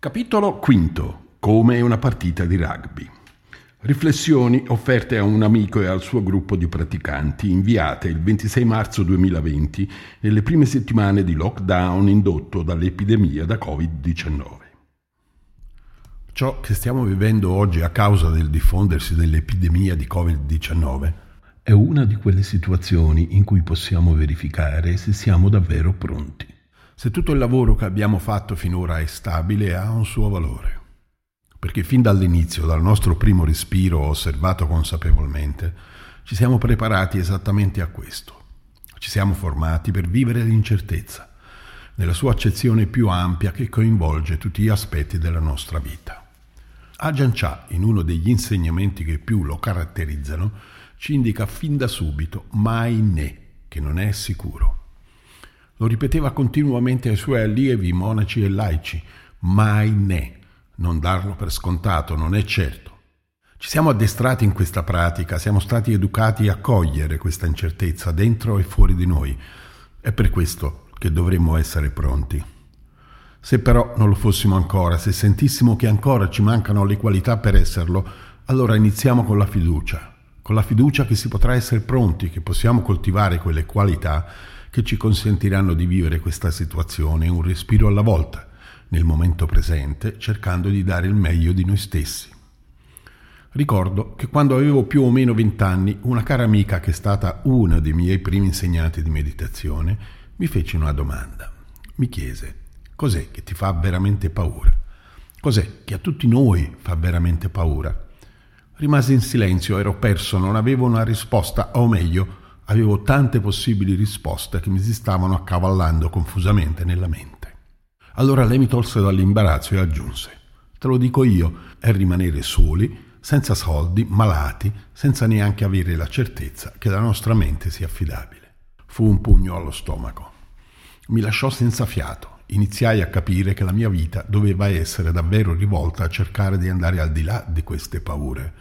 Capitolo quinto. Come una partita di rugby. Riflessioni offerte a un amico e al suo gruppo di praticanti, inviate il 26 marzo 2020, nelle prime settimane di lockdown indotto dall'epidemia da Covid-19. Ciò che stiamo vivendo oggi a causa del diffondersi dell'epidemia di Covid-19 è una di quelle situazioni in cui possiamo verificare se siamo davvero pronti. Se tutto il lavoro che abbiamo fatto finora è stabile e ha un suo valore. Perché fin dall'inizio, dal nostro primo respiro osservato consapevolmente, ci siamo preparati esattamente a questo. Ci siamo formati per vivere l'incertezza, nella sua accezione più ampia che coinvolge tutti gli aspetti della nostra vita. Ajahn Chah, in uno degli insegnamenti che più lo caratterizzano, ci indica fin da subito mai né, che non è sicuro. Lo ripeteva continuamente ai suoi allievi, monaci e laici, mai né, non darlo per scontato, non è certo. Ci siamo addestrati in questa pratica, siamo stati educati a cogliere questa incertezza dentro e fuori di noi. È per questo che dovremmo essere pronti. Se però non lo fossimo ancora, se sentissimo che ancora ci mancano le qualità per esserlo, allora iniziamo con la fiducia che si potrà essere pronti, che possiamo coltivare quelle qualità che ci consentiranno di vivere questa situazione un respiro alla volta, nel momento presente, cercando di dare il meglio di noi stessi. Ricordo che quando avevo più o meno 20 anni, una cara amica che è stata una dei miei primi insegnanti di meditazione mi fece una domanda. Mi chiese: cos'è che ti fa veramente paura? Cos'è che a tutti noi fa veramente paura? Rimasi in silenzio, ero perso, non avevo una risposta, o meglio, avevo tante possibili risposte che mi si stavano accavallando confusamente nella mente. Allora lei mi tolse dall'imbarazzo e aggiunse: te lo dico io, è rimanere soli, senza soldi, malati, senza neanche avere la certezza che la nostra mente sia affidabile. Fu un pugno allo stomaco. Mi lasciò senza fiato. Iniziai a capire che la mia vita doveva essere davvero rivolta a cercare di andare al di là di queste paure.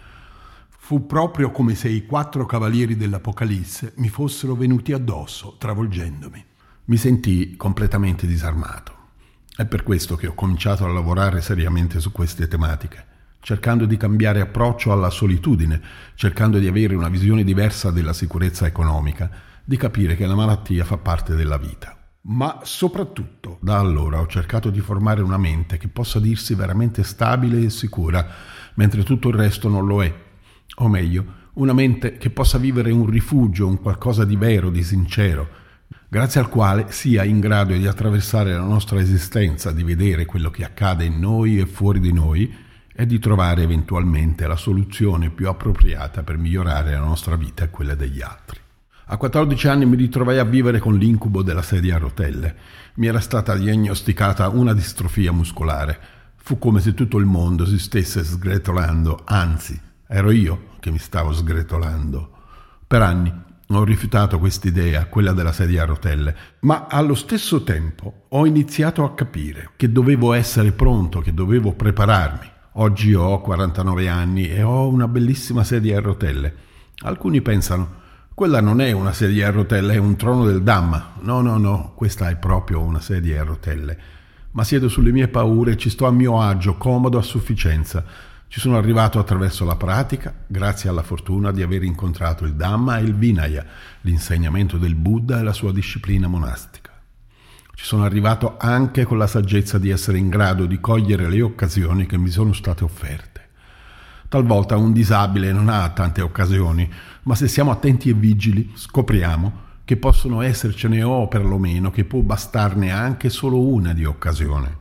Fu proprio come se i 4 cavalieri dell'Apocalisse mi fossero venuti addosso, travolgendomi. Mi sentii completamente disarmato. È per questo che ho cominciato a lavorare seriamente su queste tematiche, cercando di cambiare approccio alla solitudine, cercando di avere una visione diversa della sicurezza economica, di capire che la malattia fa parte della vita. Ma soprattutto, da allora ho cercato di formare una mente che possa dirsi veramente stabile e sicura, mentre tutto il resto non lo è. O meglio, una mente che possa vivere un rifugio, un qualcosa di vero, di sincero, grazie al quale sia in grado di attraversare la nostra esistenza, di vedere quello che accade in noi e fuori di noi e di trovare eventualmente la soluzione più appropriata per migliorare la nostra vita e quella degli altri. A 14 anni mi ritrovai a vivere con l'incubo della sedia a rotelle. Mi era stata diagnosticata una distrofia muscolare. Fu come se tutto il mondo si stesse sgretolando, anzi, ero io che mi stavo sgretolando. Per anni ho rifiutato quest'idea, quella della sedia a rotelle, ma allo stesso tempo ho iniziato a capire che dovevo essere pronto, che dovevo prepararmi. Oggi ho 49 anni e ho una bellissima sedia a rotelle. Alcuni pensano: quella non è una sedia a rotelle, è un trono del Dhamma. No, questa è proprio una sedia a rotelle. Ma siedo sulle mie paure, ci sto a mio agio, comodo a sufficienza. Ci sono arrivato attraverso la pratica, grazie alla fortuna di aver incontrato il Dhamma e il Vinaya, l'insegnamento del Buddha e la sua disciplina monastica. Ci sono arrivato anche con la saggezza di essere in grado di cogliere le occasioni che mi sono state offerte. Talvolta un disabile non ha tante occasioni, ma se siamo attenti e vigili scopriamo che possono essercene o perlomeno che può bastarne anche solo una di occasione.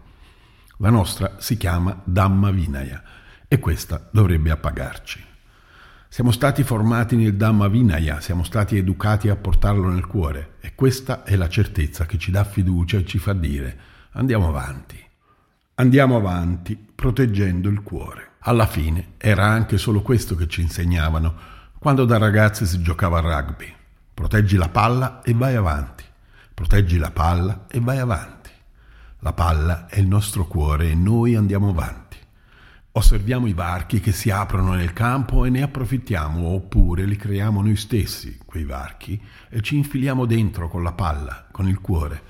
La nostra si chiama Dhamma Vinaya e questa dovrebbe appagarci. Siamo stati formati nel Dhamma Vinaya, siamo stati educati a portarlo nel cuore e questa è la certezza che ci dà fiducia e ci fa dire: andiamo avanti. Andiamo avanti proteggendo il cuore. Alla fine era anche solo questo che ci insegnavano quando da ragazzi si giocava a rugby. Proteggi la palla e vai avanti. Proteggi la palla e vai avanti. La palla è il nostro cuore e noi andiamo avanti. Osserviamo i varchi che si aprono nel campo e ne approfittiamo, oppure li creiamo noi stessi, quei varchi, e ci infiliamo dentro con la palla, con il cuore.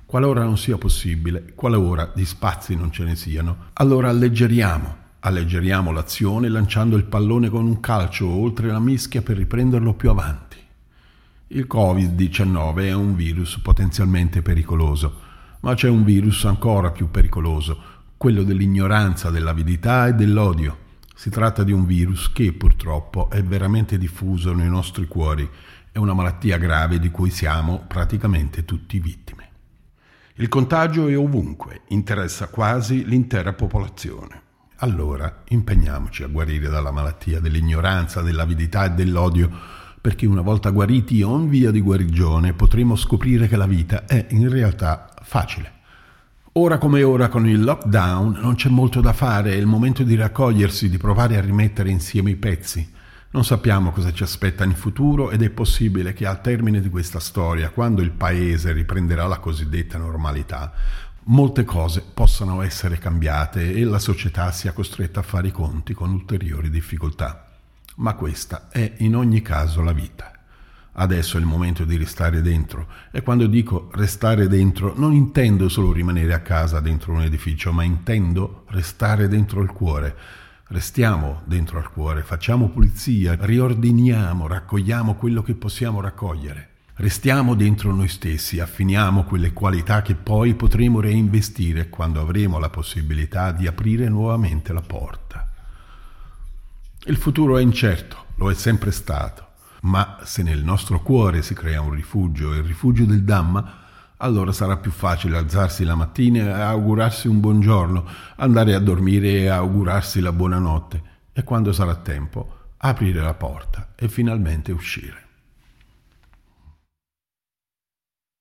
Qualora non sia possibile, qualora di spazi non ce ne siano, allora alleggeriamo l'azione lanciando il pallone con un calcio oltre la mischia per riprenderlo più avanti. Il Covid-19 è un virus potenzialmente pericoloso, ma c'è un virus ancora più pericoloso, quello dell'ignoranza, dell'avidità e dell'odio. Si tratta di un virus che purtroppo è veramente diffuso nei nostri cuori, è una malattia grave di cui siamo praticamente tutti vittime. Il contagio è ovunque, interessa quasi l'intera popolazione. Allora impegniamoci a guarire dalla malattia dell'ignoranza, dell'avidità e dell'odio, perché una volta guariti o in via di guarigione potremo scoprire che la vita è in realtà facile. Ora come ora con il lockdown non c'è molto da fare, è il momento di raccogliersi, di provare a rimettere insieme i pezzi. Non sappiamo cosa ci aspetta in futuro ed è possibile che al termine di questa storia, quando il paese riprenderà la cosiddetta normalità, molte cose possano essere cambiate e la società sia costretta a fare i conti con ulteriori difficoltà. Ma questa è in ogni caso la vita. Adesso è il momento di restare dentro, e quando dico restare dentro non intendo solo rimanere a casa dentro un edificio, ma intendo restare dentro il cuore. Restiamo dentro al cuore, facciamo pulizia, riordiniamo, raccogliamo quello che possiamo raccogliere. Restiamo dentro noi stessi, affiniamo quelle qualità che poi potremo reinvestire quando avremo la possibilità di aprire nuovamente la porta. Il futuro è incerto, lo è sempre stato, ma se nel nostro cuore si crea un rifugio, il rifugio del Dhamma, allora sarà più facile alzarsi la mattina e augurarsi un buongiorno, andare a dormire e augurarsi la buonanotte, e quando sarà tempo aprire la porta e finalmente uscire.